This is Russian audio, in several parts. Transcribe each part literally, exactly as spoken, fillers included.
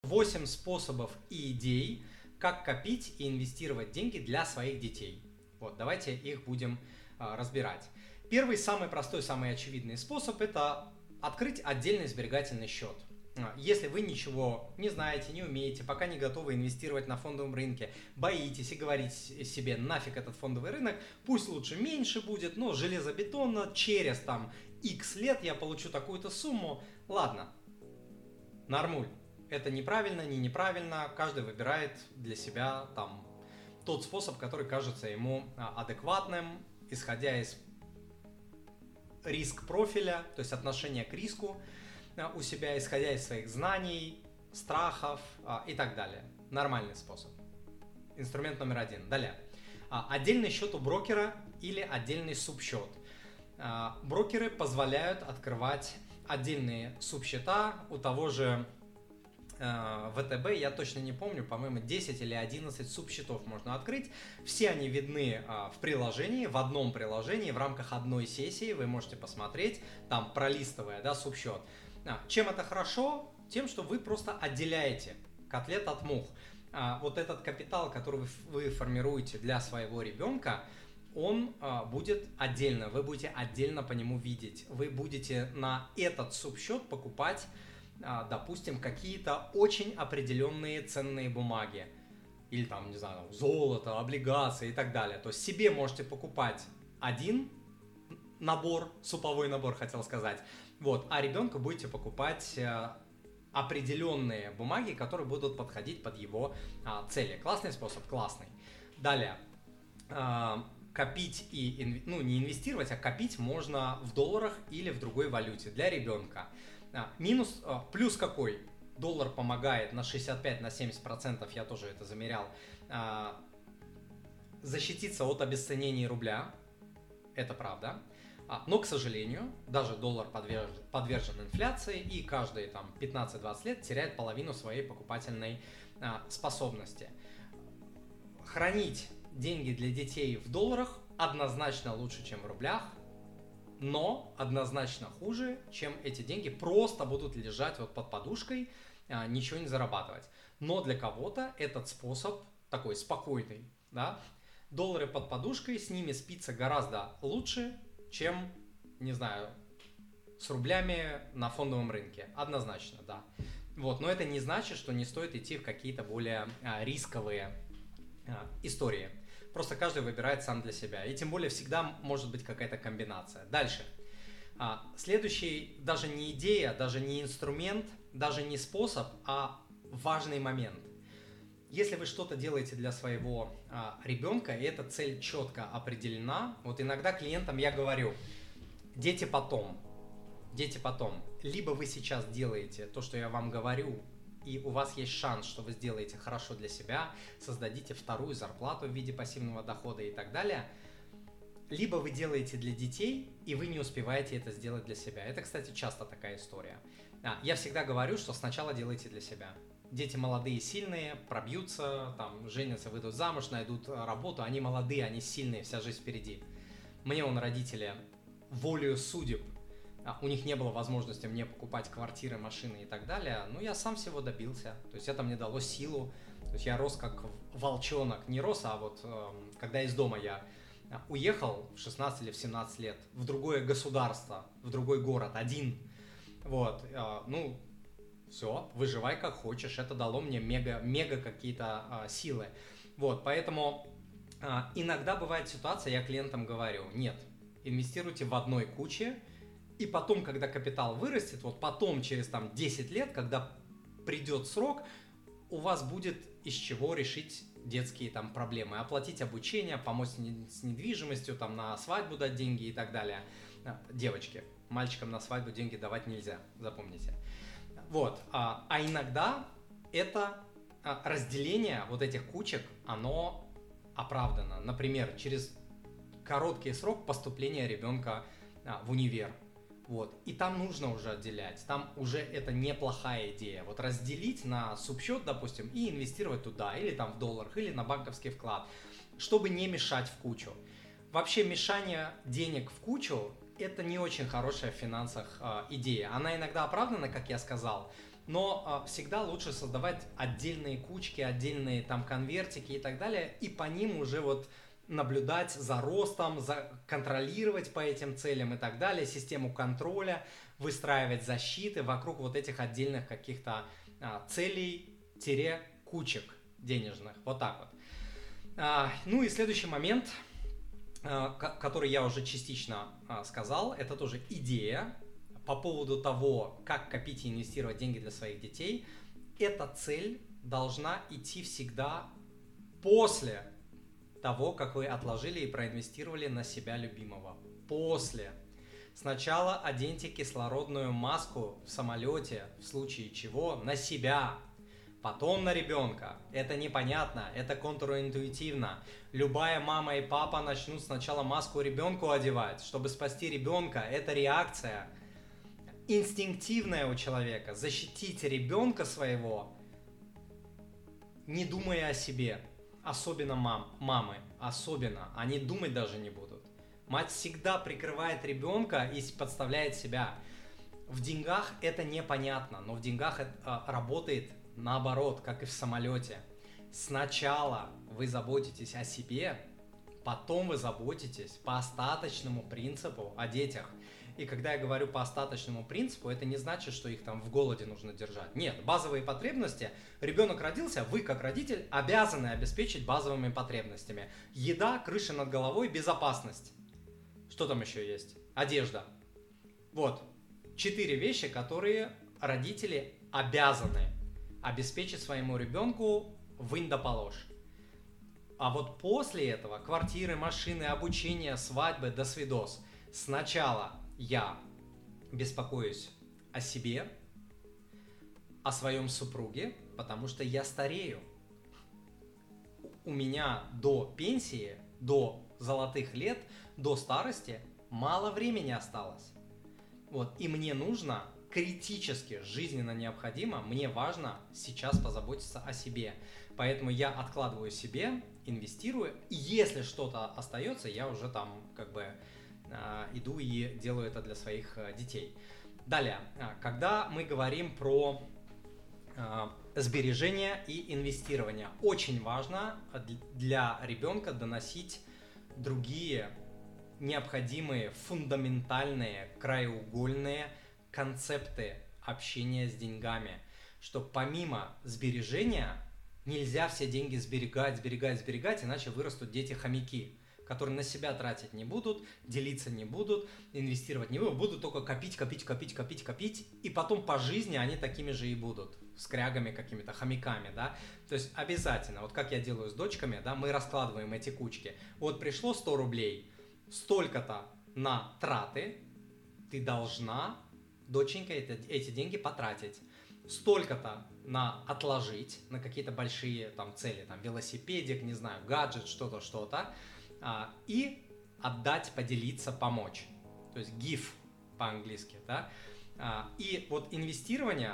восемь способов и идей, как копить и инвестировать деньги для своих детей. Вот, давайте их будем а, разбирать. Первый, самый простой, самый очевидный способ – это открыть отдельный сберегательный счет. Если вы ничего не знаете, не умеете, пока не готовы инвестировать на фондовом рынке, боитесь и говорите себе, нафиг этот фондовый рынок, пусть лучше меньше будет, но железобетонно, через там X лет я получу такую-то сумму. Ладно, нормуль. Это неправильно, не неправильно, каждый выбирает для себя там тот способ, который кажется ему адекватным, исходя из риск-профиля, то есть отношения к риску у себя, исходя из своих знаний, страхов а, и так далее. Нормальный способ. Инструмент номер один. Далее. А, отдельный счет у брокера или отдельный субсчет. А, брокеры позволяют открывать отдельные субсчета у того же а, ВТБ, я точно не помню, по-моему, десять или одиннадцать субсчетов можно открыть. Все они видны а, в приложении, в одном приложении, в рамках одной сессии. Вы можете посмотреть, там пролистывая, да, субсчет. А, чем это хорошо? Тем, что вы просто отделяете котлет от мух. А, вот этот капитал, который вы, вы формируете для своего ребенка, он а, будет отдельно, вы будете отдельно по нему видеть. Вы будете на этот субсчет покупать, а, допустим, какие-то очень определенные ценные бумаги. Или там, не знаю, золото, облигации и так далее. То есть себе можете покупать один набор, суповой набор, хотел сказать. Вот, а ребенку будете покупать э, определенные бумаги, которые будут подходить под его э, цели. Классный способ, классный. Далее, э, копить и, инв... ну не инвестировать, а копить можно в долларах или в другой валюте для ребенка. Э, минус, э, плюс какой? Доллар помогает на шестьдесят пять - на семьдесят процентов, я тоже это замерял, э, защититься от обесценения рубля. Это правда. Но, к сожалению, даже доллар подвержен, подвержен инфляции и каждые там пятнадцать-двадцать лет теряет половину своей покупательной а, способности. Хранить деньги для детей в долларах однозначно лучше, чем в рублях, но однозначно хуже, чем эти деньги просто будут лежать вот под подушкой, а, ничего не зарабатывать. Но для кого-то этот способ такой спокойный, да? Доллары под подушкой, с ними спится гораздо лучше, чем, не знаю, с рублями на фондовом рынке. Однозначно, да. Вот, но это не значит, что не стоит идти в какие-то более а, рисковые а, истории. Просто каждый выбирает сам для себя. И тем более всегда может быть какая-то комбинация. Дальше. А, следующий, даже не идея, даже не инструмент, даже не способ, а важный момент. Если вы что-то делаете для своего а, ребенка, и эта цель четко определена, вот иногда клиентам я говорю, дети потом, дети потом. Либо вы сейчас делаете то, что я вам говорю, и у вас есть шанс, что вы сделаете хорошо для себя, создадите вторую зарплату в виде пассивного дохода и так далее. Либо вы делаете для детей, и вы не успеваете это сделать для себя. Это, кстати, часто такая история. А, я всегда говорю, что сначала делайте для себя. Дети молодые, сильные, пробьются, там, женятся, выйдут замуж, найдут работу. Они молодые, они сильные, вся жизнь впереди. Мне, он, родители, волею судеб, у них не было возможности мне покупать квартиры, машины и так далее, но я сам всего добился. То есть это мне дало силу. То есть я рос как волчонок. Не рос, а вот когда из дома я уехал в шестнадцать или в семнадцать лет в другое государство, в другой город, один. Вот, ну... Все, выживай как хочешь. Это дало мне мега, мега какие-то а, силы. Вот, поэтому а, иногда бывает ситуация, я клиентам говорю, нет, инвестируйте в одной куче, и потом, когда капитал вырастет, вот потом, через там десять лет, когда придет срок, у вас будет из чего решить детские там проблемы. Оплатить обучение, помочь с недвижимостью, там на свадьбу дать деньги и так далее. Девочки, мальчикам на свадьбу деньги давать нельзя, запомните. Вот, а, а иногда это а, разделение вот этих кучек, оно оправдано. Например, через короткий срок поступления ребенка а, в универ. Вот, и там нужно уже отделять, там уже это неплохая идея. Вот разделить на субсчет, допустим, и инвестировать туда, или там в долларах, или на банковский вклад, чтобы не мешать в кучу. Вообще мешание денег в кучу – это не очень хорошая в финансах а, идея. Она иногда оправдана, как я сказал, но а, всегда лучше создавать отдельные кучки, отдельные там конвертики и так далее, и по ним уже вот наблюдать за ростом, за, контролировать по этим целям и так далее, систему контроля, выстраивать защиты вокруг вот этих отдельных каких-то а, целей-кучек денежных. Вот так вот. А, ну и следующий момент, а, который я уже частично а, сказал, это тоже идея по поводу того, как копить и инвестировать деньги для своих детей. Эта цель должна идти всегда после того, как вы отложили и проинвестировали на себя любимого. После. Сначала оденьте кислородную маску в самолете, в случае чего, на себя. Потом на ребенка. Это непонятно, это контринтуитивно. Любая мама и папа начнут сначала маску ребенку одевать, чтобы спасти ребенка. Это реакция инстинктивная у человека. Защитить ребенка своего, не думая о себе. Особенно мам, мамы, особенно. Они думать даже не будут. Мать всегда прикрывает ребенка и подставляет себя. В деньгах это непонятно, но в деньгах это а, работает наоборот, как и в самолете. Сначала вы заботитесь о себе, потом вы заботитесь по остаточному принципу о детях. И когда я говорю по остаточному принципу, это не значит, что их там в голоде нужно держать. Нет, базовые потребности. Ребенок родился, вы как родитель обязаны обеспечить базовыми потребностями. Еда, крыша над головой, безопасность. Что там еще есть? Одежда. Вот. Четыре вещи, которые родители обязаны обеспечить своему ребенку вынь да положь. А вот после этого квартиры, машины, обучение, свадьбы, до свидос. Сначала я беспокоюсь о себе, о своем супруге, потому что я старею. У меня до пенсии, до золотых лет, до старости мало времени осталось. Вот, и мне нужно критически, жизненно необходимо, мне важно сейчас позаботиться о себе. Поэтому я откладываю себе, инвестирую, и если что-то остается, я уже там как бы э, иду и делаю это для своих э, детей. Далее, когда мы говорим про э, сбережения и инвестирование, очень важно для ребенка доносить другие необходимые, фундаментальные, краеугольные концепты общения с деньгами, что помимо сбережения нельзя все деньги сберегать, сберегать, сберегать, иначе вырастут дети-хомяки, которые на себя тратить не будут, делиться не будут, инвестировать не будут, будут только копить, копить, копить, копить, копить, и потом по жизни они такими же и будут, скрягами какими-то, хомяками, да, то есть обязательно, вот как я делаю с дочками, да, мы раскладываем эти кучки, вот пришло сто рублей, столько-то на траты, ты должна, доченька, это, эти деньги потратить, столько-то на отложить, на какие-то большие там цели, там велосипедик, не знаю, гаджет, что-то, что-то, а, и отдать, поделиться, помочь. То есть give по-английски, да. А, и вот инвестирование,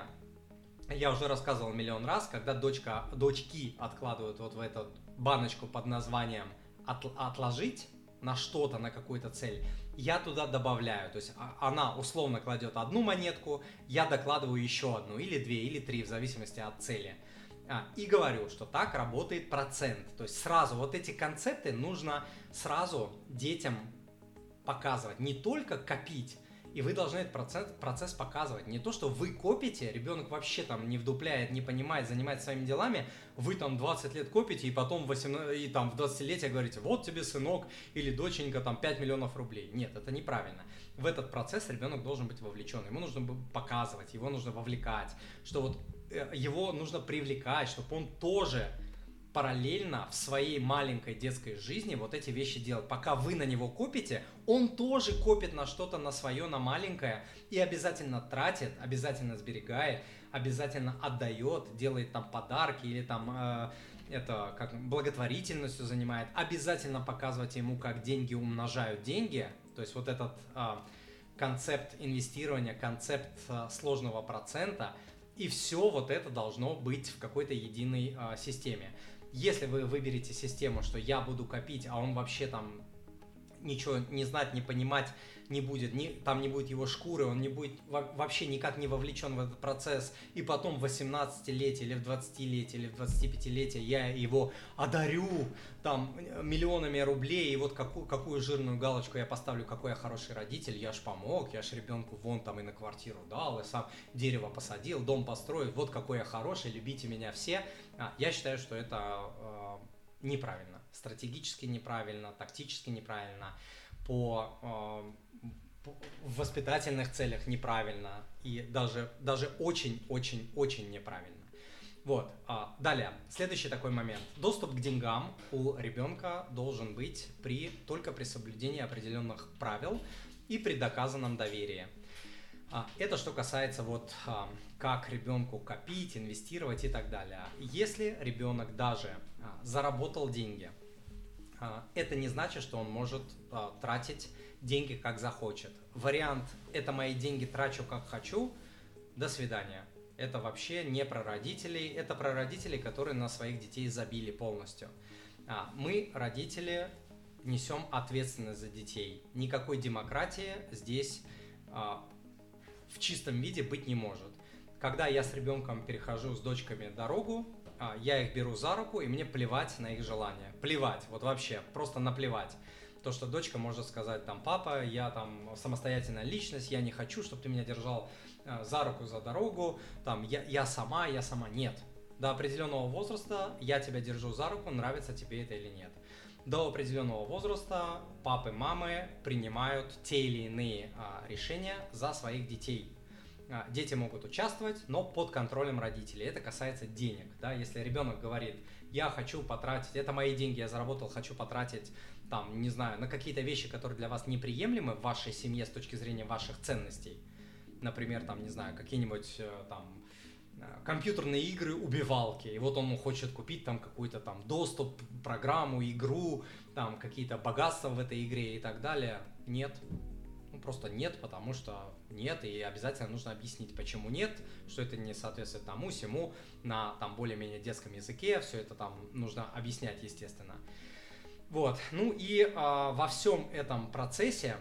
я уже рассказывал миллион раз, когда дочка, дочки откладывают вот в эту баночку под названием от, «отложить» на что-то, на какую-то цель, я туда добавляю, то есть она условно кладет одну монетку, я докладываю еще одну, или две, или три, в зависимости от цели. И говорю, что так работает процент. То есть сразу вот эти концепты нужно сразу детям показывать. Не только копить, и вы должны этот процесс, процесс показывать. Не то, что вы копите, ребенок вообще там не вдупляет, не понимает, занимается своими делами, вы там двадцать лет копите, и потом восемнадцать, и там в двадцатилетие говорите, вот тебе, сынок или доченька, там пять миллионов рублей. Нет, это неправильно. В этот процесс ребенок должен быть вовлечен, ему нужно показывать, его нужно вовлекать, что вот его нужно привлекать, чтобы он тоже параллельно в своей маленькой детской жизни вот эти вещи делать. Пока вы на него копите, он тоже копит на что-то, на свое, на маленькое, и обязательно тратит, обязательно сберегает, обязательно отдает, делает там подарки или там э, это как благотворительностью занимает. Обязательно показывать ему, как деньги умножают деньги. То есть вот этот э, концепт инвестирования, концепт э, сложного процента, и все вот это должно быть в какой-то единой э, системе. Если вы выберете систему, что я буду копить, а он вообще там ничего не знать, не понимать не будет, не, там не будет его шкуры, он не будет вообще никак не вовлечен в этот процесс, и потом в восемнадцатилетие или в двадцатилетие или в двадцатипятилетие я его одарю там миллионами рублей, и вот какую, какую жирную галочку я поставлю, какой я хороший родитель, я ж помог, я ж ребенку вон там и на квартиру дал, и сам дерево посадил, дом построил, вот какой я хороший, любите меня все. Я считаю, что это э, неправильно, стратегически неправильно, тактически неправильно, по... Э, в воспитательных целях неправильно и даже, даже очень-очень-очень неправильно. Вот. А, далее. Следующий такой момент. Доступ к деньгам у ребенка должен быть при, только при соблюдении определенных правил и при доказанном доверии. А, это что касается вот а, как ребенку копить, инвестировать и так далее. Если ребенок даже а, заработал деньги, а, это не значит, что он может а, тратить деньги как захочет. Вариант «это мои деньги, трачу как хочу», до свидания. Это вообще не про родителей, это про родителей, которые на своих детей забили полностью. А, мы, родители, несем ответственность за детей. Никакой демократии здесь а, в чистом виде быть не может. Когда я с ребенком перехожу с дочками дорогу, а, я их беру за руку, и мне плевать на их желания. Плевать, вот вообще, просто наплевать. То, что дочка может сказать, там, папа, я там самостоятельная личность, я не хочу, чтобы ты меня держал э, за руку, за дорогу, там, я, я сама, я сама. Нет. До определенного возраста я тебя держу за руку, нравится тебе это или нет. До определенного возраста папы, мамы принимают те или иные э, решения за своих детей. Э, дети могут участвовать, но под контролем родителей. Это касается денег. Да? Если ребенок говорит, я хочу потратить, это мои деньги, я заработал, хочу потратить, там, не знаю, на какие-то вещи, которые для вас неприемлемы в вашей семье с точки зрения ваших ценностей. Например, там, не знаю, какие-нибудь там компьютерные игры, убивалки. И вот он хочет купить там какой-то там доступ, программу, игру, там какие-то богатства в этой игре и так далее. Нет. Ну, просто нет, потому что нет, и обязательно нужно объяснить, почему нет, что это не соответствует тому, сему, на там более-менее детском языке, все это там нужно объяснять, естественно. Вот, ну и э, во всем этом процессе,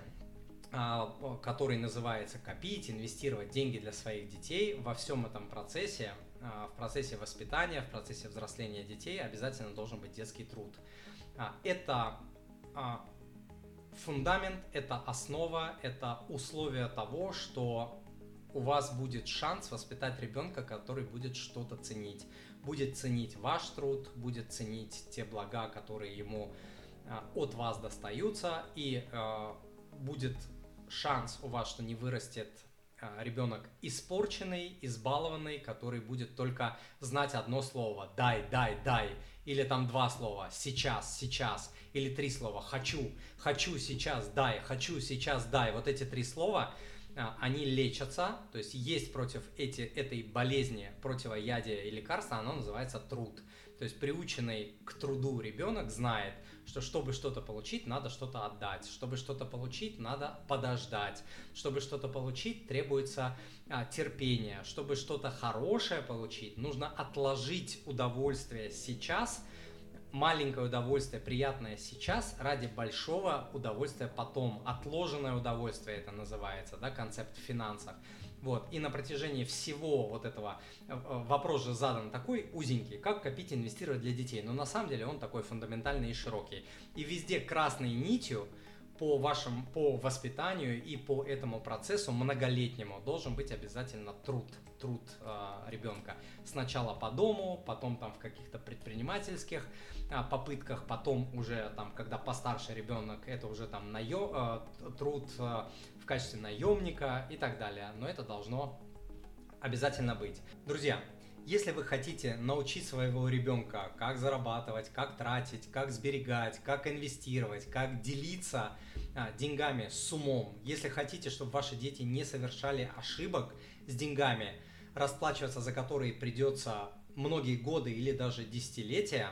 э, который называется копить, инвестировать деньги для своих детей, во всем этом процессе, э, в процессе воспитания, в процессе взросления детей обязательно должен быть детский труд. Э, это э, фундамент, это основа, это условие того, что у вас будет шанс воспитать ребенка, который будет что-то ценить. Будет ценить ваш труд, будет ценить те блага, которые ему э, от вас достаются, и э, будет шанс у вас, что не вырастет э, ребенок испорченный, избалованный, который будет только знать одно слово «дай, дай, дай», или там два слова «сейчас, сейчас», или три слова «хочу», «хочу сейчас, дай», «хочу сейчас, дай». Вот эти три слова, они лечатся, то есть есть против эти, этой болезни противоядие и лекарства, оно называется труд. То есть приученный к труду ребенок знает, что чтобы что-то получить, надо что-то отдать, чтобы что-то получить, надо подождать, чтобы что-то получить, требуется а, терпение, чтобы что-то хорошее получить, нужно отложить удовольствие сейчас, маленькое удовольствие, приятное сейчас, ради большого удовольствия потом. Отложенное удовольствие это называется, да, концепт в финансах. Вот. И на протяжении всего вот этого, вопрос же задан такой узенький, как копить, инвестировать для детей. Но на самом деле он такой фундаментальный и широкий. И везде красной нитью по вашему, по воспитанию и по этому процессу многолетнему должен быть обязательно труд, труд э, ребенка. Сначала по дому, потом там в каких-то предпринимательских э, попытках, потом уже там, когда постарше ребенок, это уже там наё, э, труд э, в качестве наемника и так далее. Но это должно обязательно быть. Друзья, если вы хотите научить своего ребенка, как зарабатывать, как тратить, как сберегать, как инвестировать, как делиться а, деньгами с умом, если хотите, чтобы ваши дети не совершали ошибок с деньгами, расплачиваться за которые придется многие годы или даже десятилетия,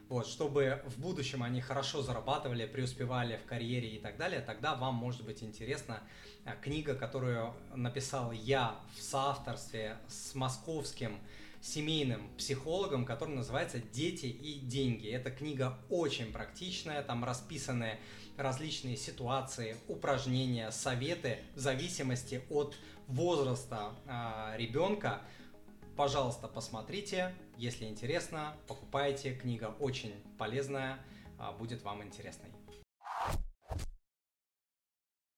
вот, чтобы в будущем они хорошо зарабатывали, преуспевали в карьере и так далее, тогда вам может быть интересна книга, которую написал я в соавторстве с московским семейным психологом, который называется «Дети и деньги». Эта книга очень практичная, там расписаны различные ситуации, упражнения, советы в зависимости от возраста э, ребенка. Пожалуйста, посмотрите, если интересно, покупайте. Книга очень полезная, будет вам интересной.